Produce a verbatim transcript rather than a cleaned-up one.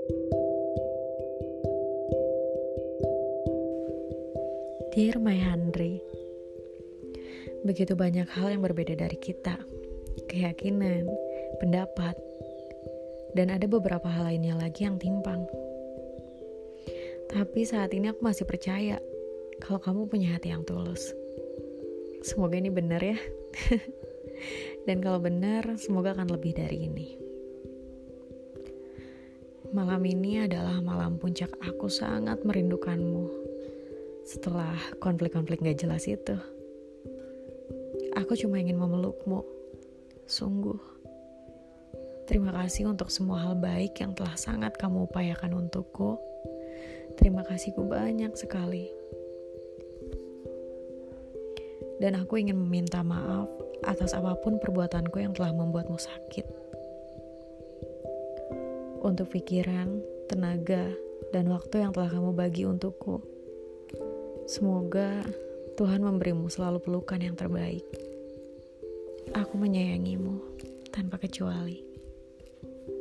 Dear My Handri, begitu banyak hal yang berbeda dari kita, keyakinan, pendapat, dan ada beberapa hal lainnya lagi yang timpang. Tapi saat ini aku masih percaya kalau kamu punya hati yang tulus. Semoga ini benar ya. Dan kalau benar, semoga akan lebih dari ini. Malam ini adalah malam puncak aku sangat merindukanmu. Setelah konflik-konflik gak jelas itu, aku cuma ingin memelukmu. Sungguh, terima kasih untuk semua hal baik yang telah sangat kamu upayakan untukku. Terima kasihku banyak sekali. Dan aku ingin meminta maaf atas apapun perbuatanku yang telah membuatmu sakit. Untuk pikiran, tenaga, dan waktu yang telah kamu bagi untukku. Semoga Tuhan memberimu selalu pelukan yang terbaik. Aku menyayangimu tanpa kecuali.